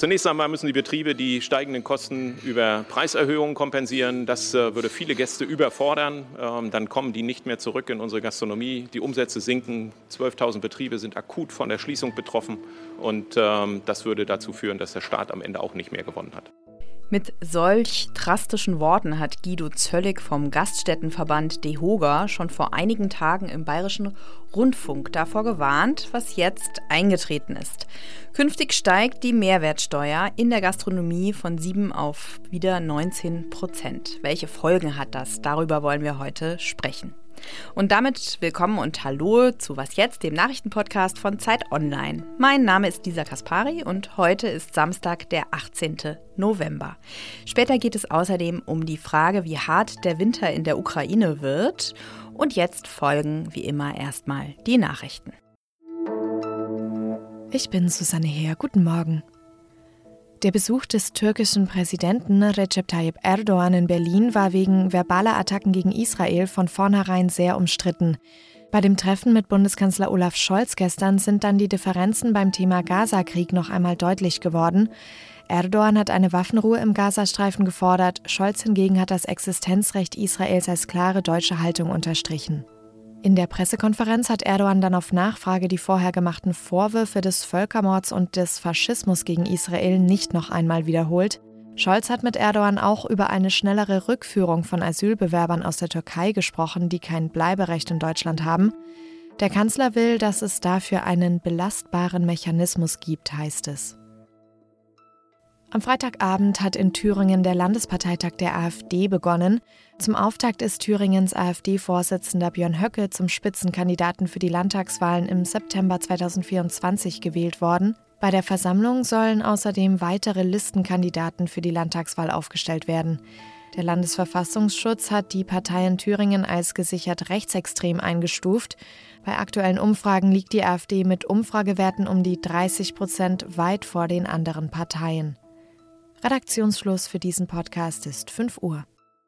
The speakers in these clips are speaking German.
Zunächst einmal müssen die Betriebe die steigenden Kosten über Preiserhöhungen kompensieren. Das würde viele Gäste überfordern. Dann kommen die nicht mehr zurück in unsere Gastronomie. Die Umsätze sinken. 12.000 Betriebe sind akut von der Schließung betroffen. Und das würde dazu führen, dass der Staat am Ende auch nicht mehr gewonnen hat. Mit solch drastischen Worten hat Guido Zöllig vom Gaststättenverband DEHOGA schon vor einigen Tagen im Bayerischen Rundfunk davor gewarnt, was jetzt eingetreten ist. Künftig steigt die Mehrwertsteuer in der Gastronomie von 7 auf wieder 19%. Welche Folgen hat das? Darüber wollen wir heute sprechen. Und damit willkommen und hallo zu Was jetzt, dem Nachrichtenpodcast von Zeit Online. Mein Name ist Lisa Kaspari und heute ist Samstag, der 18. November. Später geht es außerdem um die Frage, wie hart der Winter in der Ukraine wird. Und jetzt folgen wie immer erstmal die Nachrichten. Ich bin Susanne Heer. Guten Morgen. Der Besuch des türkischen Präsidenten Recep Tayyip Erdogan in Berlin war wegen verbaler Attacken gegen Israel von vornherein sehr umstritten. Bei dem Treffen mit Bundeskanzler Olaf Scholz gestern sind dann die Differenzen beim Thema Gaza-Krieg noch einmal deutlich geworden. Erdogan hat eine Waffenruhe im Gazastreifen gefordert, Scholz hingegen hat das Existenzrecht Israels als klare deutsche Haltung unterstrichen. In der Pressekonferenz hat Erdogan dann auf Nachfrage die vorher gemachten Vorwürfe des Völkermords und des Faschismus gegen Israel nicht noch einmal wiederholt. Scholz hat mit Erdogan auch über eine schnellere Rückführung von Asylbewerbern aus der Türkei gesprochen, die kein Bleiberecht in Deutschland haben. Der Kanzler will, dass es dafür einen belastbaren Mechanismus gibt, heißt es. Am Freitagabend hat in Thüringen der Landesparteitag der AfD begonnen. Zum Auftakt ist Thüringens AfD-Vorsitzender Björn Höcke zum Spitzenkandidaten für die Landtagswahlen im September 2024 gewählt worden. Bei der Versammlung sollen außerdem weitere Listenkandidaten für die Landtagswahl aufgestellt werden. Der Landesverfassungsschutz hat die Partei in Thüringen als gesichert rechtsextrem eingestuft. Bei aktuellen Umfragen liegt die AfD mit Umfragewerten um die 30% weit vor den anderen Parteien. Redaktionsschluss für diesen Podcast ist 5 Uhr.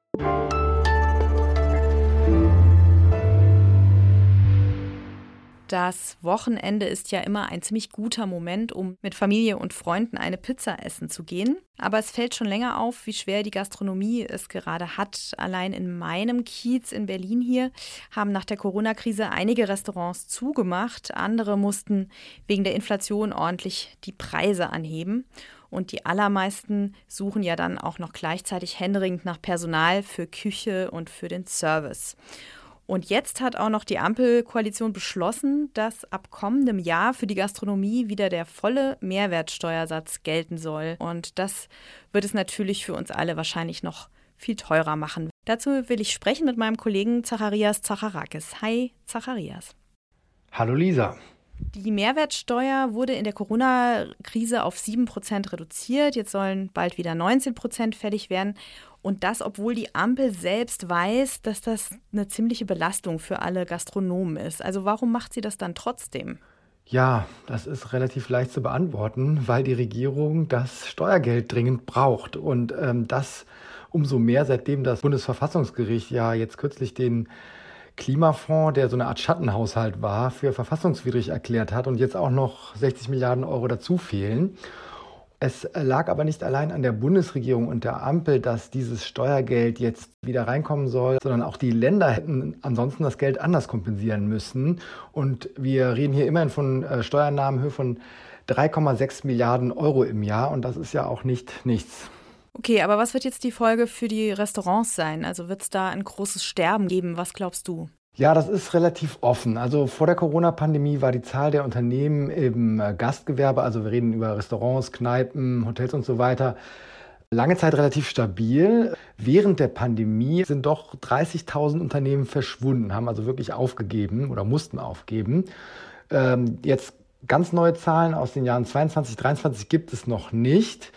Das Wochenende ist ja immer ein ziemlich guter Moment, um mit Familie und Freunden eine Pizza essen zu gehen. Aber es fällt schon länger auf, wie schwer die Gastronomie es gerade hat. Allein in meinem Kiez in Berlin hier haben nach der Corona-Krise einige Restaurants zugemacht. Andere mussten wegen der Inflation ordentlich die Preise anheben. Und die allermeisten suchen ja dann auch noch gleichzeitig händeringend nach Personal für Küche und für den Service. Und jetzt hat auch noch die Ampelkoalition beschlossen, dass ab kommendem Jahr für die Gastronomie wieder der volle Mehrwertsteuersatz gelten soll. Und das wird es natürlich für uns alle wahrscheinlich noch viel teurer machen. Dazu will ich sprechen mit meinem Kollegen Zacharias Zacharakis. Hi, Zacharias. Hallo Lisa. Die Mehrwertsteuer wurde in der Corona-Krise auf 7% reduziert. Jetzt sollen bald wieder 19% fällig werden. Und das, obwohl die Ampel selbst weiß, dass das eine ziemliche Belastung für alle Gastronomen ist. Also warum macht sie das dann trotzdem? Ja, das ist relativ leicht zu beantworten, weil die Regierung das Steuergeld dringend braucht. Und das umso mehr, seitdem das Bundesverfassungsgericht ja jetzt kürzlich den Klimafonds, der so eine Art Schattenhaushalt war, für verfassungswidrig erklärt hat und jetzt auch noch 60 Milliarden Euro dazu fehlen. Es lag aber nicht allein an der Bundesregierung und der Ampel, dass dieses Steuergeld jetzt wieder reinkommen soll, sondern auch die Länder hätten ansonsten das Geld anders kompensieren müssen. Und wir reden hier immerhin von Steuereinnahmen in Höhe von 3,6 Milliarden Euro im Jahr und das ist ja auch nicht nichts. Okay, aber was wird jetzt die Folge für die Restaurants sein? Also wird es da ein großes Sterben geben? Was glaubst du? Ja, das ist relativ offen. Also vor der Corona-Pandemie war die Zahl der Unternehmen im Gastgewerbe, also wir reden über Restaurants, Kneipen, Hotels und so weiter, lange Zeit relativ stabil. Während der Pandemie sind doch 30.000 Unternehmen verschwunden, haben also wirklich aufgegeben oder mussten aufgeben. Jetzt ganz neue Zahlen aus den Jahren 22, 23 gibt es noch nicht.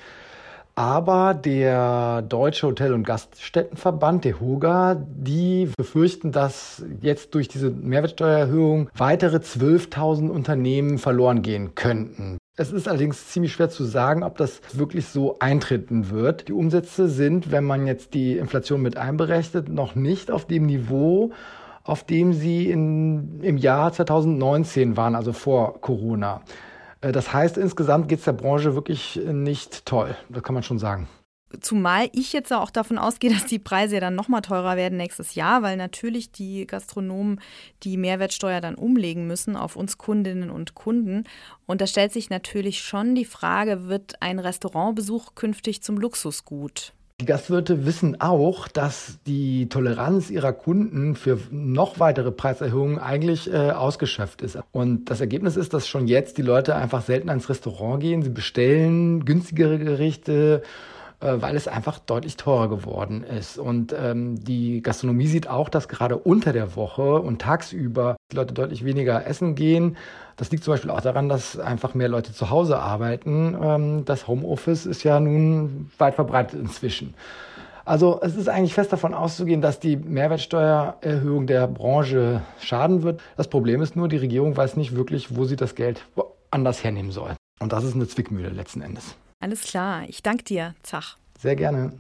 Aber der Deutsche Hotel- und Gaststättenverband, DEHOGA, die befürchten, dass jetzt durch diese Mehrwertsteuererhöhung weitere 12.000 Unternehmen verloren gehen könnten. Es ist allerdings ziemlich schwer zu sagen, ob das wirklich so eintreten wird. Die Umsätze sind, wenn man jetzt die Inflation mit einberechnet, noch nicht auf dem Niveau, auf dem sie im Jahr 2019 waren, also vor Corona. Das heißt, insgesamt geht es der Branche wirklich nicht toll. Das kann man schon sagen. Zumal ich jetzt auch davon ausgehe, dass die Preise ja dann noch mal teurer werden nächstes Jahr, weil natürlich die Gastronomen die Mehrwertsteuer dann umlegen müssen auf uns Kundinnen und Kunden. Und da stellt sich natürlich schon die Frage, wird ein Restaurantbesuch künftig zum Luxusgut? Die Gastwirte wissen auch, dass die Toleranz ihrer Kunden für noch weitere Preiserhöhungen eigentlich ausgeschöpft ist. Und das Ergebnis ist, dass schon jetzt die Leute einfach selten ans Restaurant gehen. Sie bestellen günstigere Gerichte, weil es einfach deutlich teurer geworden ist. Und die Gastronomie sieht auch, dass gerade unter der Woche und tagsüber die Leute deutlich weniger essen gehen. Das liegt zum Beispiel auch daran, dass einfach mehr Leute zu Hause arbeiten. Das Homeoffice ist ja nun weit verbreitet inzwischen. Also es ist eigentlich fest davon auszugehen, dass die Mehrwertsteuererhöhung der Branche schaden wird. Das Problem ist nur, die Regierung weiß nicht wirklich, wo sie das Geld woanders hernehmen soll. Und das ist eine Zwickmühle letzten Endes. Alles klar, ich danke dir, Zach. Sehr gerne.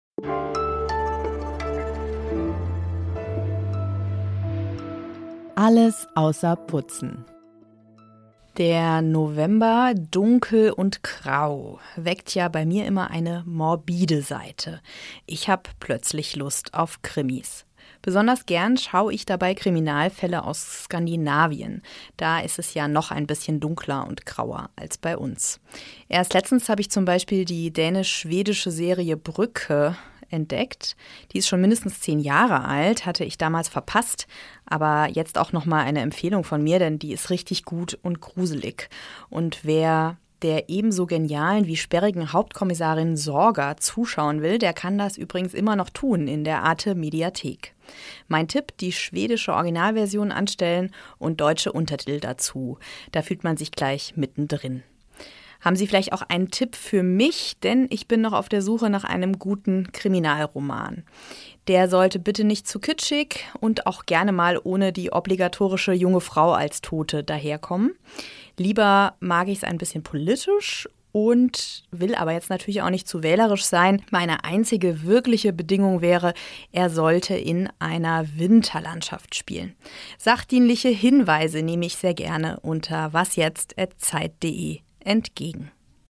Alles außer Putzen. Der November, dunkel und grau, weckt ja bei mir immer eine morbide Seite. Ich habe plötzlich Lust auf Krimis. Besonders gern schaue ich dabei Kriminalfälle aus Skandinavien. Da ist es ja noch ein bisschen dunkler und grauer als bei uns. Erst letztens habe ich zum Beispiel die dänisch-schwedische Serie Brücke entdeckt. Die ist schon mindestens 10 Jahre alt, hatte ich damals verpasst. Aber jetzt auch nochmal eine Empfehlung von mir, denn die ist richtig gut und gruselig. Und wer der ebenso genialen wie sperrigen Hauptkommissarin Sorga zuschauen will, der kann das übrigens immer noch tun in der Arte Mediathek. Mein Tipp, die schwedische Originalversion anstellen und deutsche Untertitel dazu. Da fühlt man sich gleich mittendrin. Haben Sie vielleicht auch einen Tipp für mich? Denn ich bin noch auf der Suche nach einem guten Kriminalroman. Der sollte bitte nicht zu kitschig und auch gerne mal ohne die obligatorische junge Frau als Tote daherkommen. Lieber mag ich es ein bisschen politisch und will aber jetzt natürlich auch nicht zu wählerisch sein. Meine einzige wirkliche Bedingung wäre, er sollte in einer Winterlandschaft spielen. Sachdienliche Hinweise nehme ich sehr gerne unter wasjetzt@zeit.de entgegen.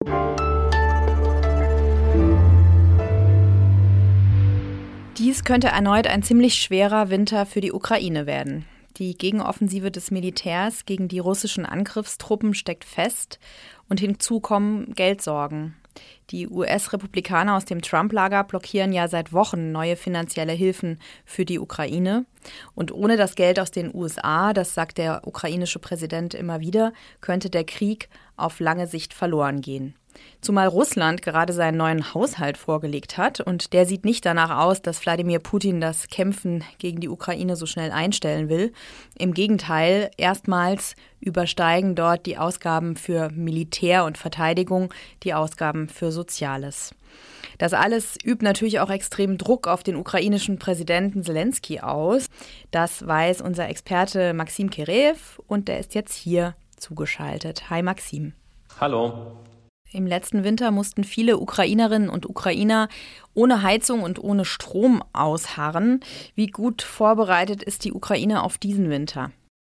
Dies könnte erneut ein ziemlich schwerer Winter für die Ukraine werden. Die Gegenoffensive des Militärs gegen die russischen Angriffstruppen steckt fest und hinzu kommen Geldsorgen. Die US-Republikaner aus dem Trump-Lager blockieren ja seit Wochen neue finanzielle Hilfen für die Ukraine. Und ohne das Geld aus den USA, das sagt der ukrainische Präsident immer wieder, könnte der Krieg auf lange Sicht verloren gehen. Zumal Russland gerade seinen neuen Haushalt vorgelegt hat und der sieht nicht danach aus, dass Wladimir Putin das Kämpfen gegen die Ukraine so schnell einstellen will. Im Gegenteil, erstmals übersteigen dort die Ausgaben für Militär und Verteidigung die Ausgaben für Soziales. Das alles übt natürlich auch extremen Druck auf den ukrainischen Präsidenten Zelensky aus. Das weiß unser Experte Maxim Kireev und der ist jetzt hier zugeschaltet. Hi Maxim. Hallo. Im letzten Winter mussten viele Ukrainerinnen und Ukrainer ohne Heizung und ohne Strom ausharren. Wie gut vorbereitet ist die Ukraine auf diesen Winter?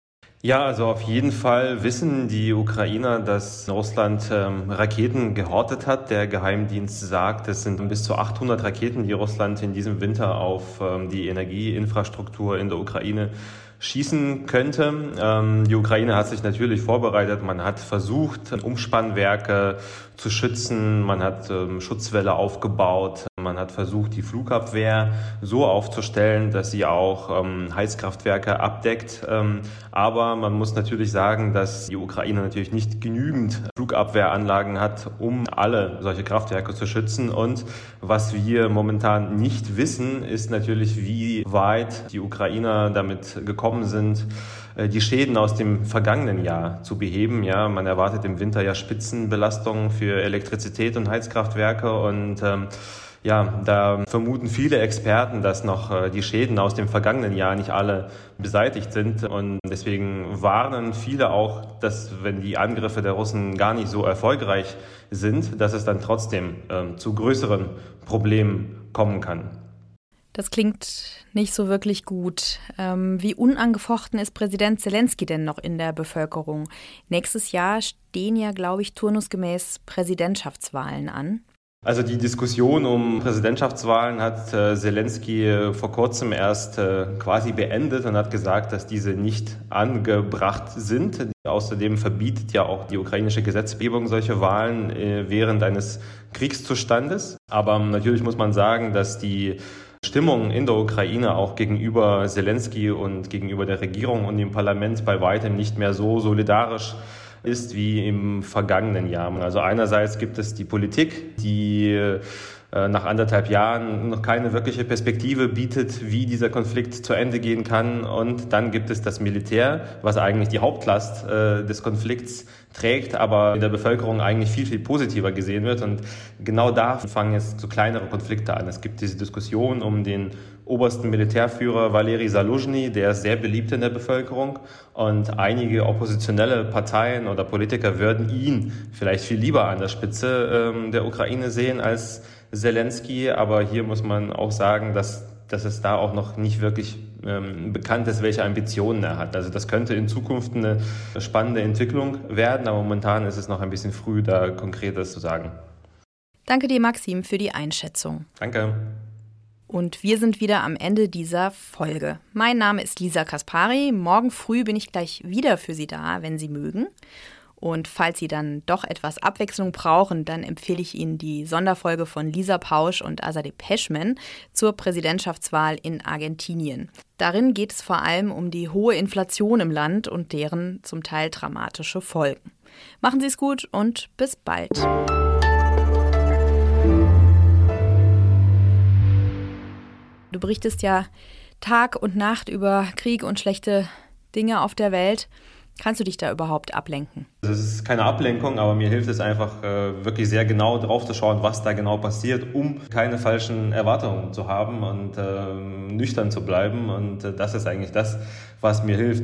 Ja, also auf jeden Fall wissen die Ukrainer, dass Russland Raketen gehortet hat. Der Geheimdienst sagt, es sind bis zu 800 Raketen, die Russland in diesem Winter auf die Energieinfrastruktur in der Ukraine schießen könnte. Die Ukraine hat sich natürlich vorbereitet. Man hat versucht, Umspannwerke zu schützen. Man hat Schutzwälle aufgebaut. Man hat versucht, die Flugabwehr so aufzustellen, dass sie auch Heizkraftwerke abdeckt. Aber man muss natürlich sagen, dass die Ukraine natürlich nicht genügend Flugabwehranlagen hat, um alle solche Kraftwerke zu schützen. Und was wir momentan nicht wissen, ist natürlich, wie weit die Ukrainer damit gekommen sind, die Schäden aus dem vergangenen Jahr zu beheben. Ja, man erwartet im Winter ja Spitzenbelastungen für Elektrizität und Heizkraftwerke und da vermuten viele Experten, dass noch die Schäden aus dem vergangenen Jahr nicht alle beseitigt sind. Und deswegen warnen viele auch, dass wenn die Angriffe der Russen gar nicht so erfolgreich sind, dass es dann trotzdem zu größeren Problemen kommen kann. Das klingt nicht so wirklich gut. Wie unangefochten ist Präsident Zelensky denn noch in der Bevölkerung? Nächstes Jahr stehen ja, glaube ich, turnusgemäß Präsidentschaftswahlen an. Also die Diskussion um Präsidentschaftswahlen hat Zelensky vor kurzem erst quasi beendet und hat gesagt, dass diese nicht angebracht sind. Außerdem verbietet ja auch die ukrainische Gesetzgebung solche Wahlen während eines Kriegszustandes. Aber natürlich muss man sagen, dass die Stimmung in der Ukraine auch gegenüber Zelensky und gegenüber der Regierung und dem Parlament bei weitem nicht mehr so solidarisch ist wie im vergangenen Jahr. Also einerseits gibt es die Politik, die nach 1,5 Jahren noch keine wirkliche Perspektive bietet, wie dieser Konflikt zu Ende gehen kann. Und dann gibt es das Militär, was eigentlich die Hauptlast des Konflikts trägt, aber in der Bevölkerung eigentlich viel, viel positiver gesehen wird. Und genau da fangen jetzt so kleinere Konflikte an. Es gibt diese Diskussion um den obersten Militärführer Valeri Zaluzhny, der ist sehr beliebt in der Bevölkerung. Und einige oppositionelle Parteien oder Politiker würden ihn vielleicht viel lieber an der Spitze der Ukraine sehen als Zelensky. Aber hier muss man auch sagen, dass es da auch noch nicht wirklich bekannt ist, welche Ambitionen er hat. Also das könnte in Zukunft eine spannende Entwicklung werden, aber momentan ist es noch ein bisschen früh, da Konkretes zu sagen. Danke dir, Maxim, für die Einschätzung. Danke. Und wir sind wieder am Ende dieser Folge. Mein Name ist Lisa Kaspari. Morgen früh bin ich gleich wieder für Sie da, wenn Sie mögen. Und falls Sie dann doch etwas Abwechslung brauchen, dann empfehle ich Ihnen die Sonderfolge von Lisa Pausch und Azadeh Peschman zur Präsidentschaftswahl in Argentinien. Darin geht es vor allem um die hohe Inflation im Land und deren zum Teil dramatische Folgen. Machen Sie es gut und bis bald. Du berichtest ja Tag und Nacht über Krieg und schlechte Dinge auf der Welt. Kannst du dich da überhaupt ablenken? Es ist keine Ablenkung, aber mir hilft es einfach wirklich sehr genau drauf zu schauen, was da genau passiert, um keine falschen Erwartungen zu haben und nüchtern zu bleiben. Und das ist eigentlich das, was mir hilft.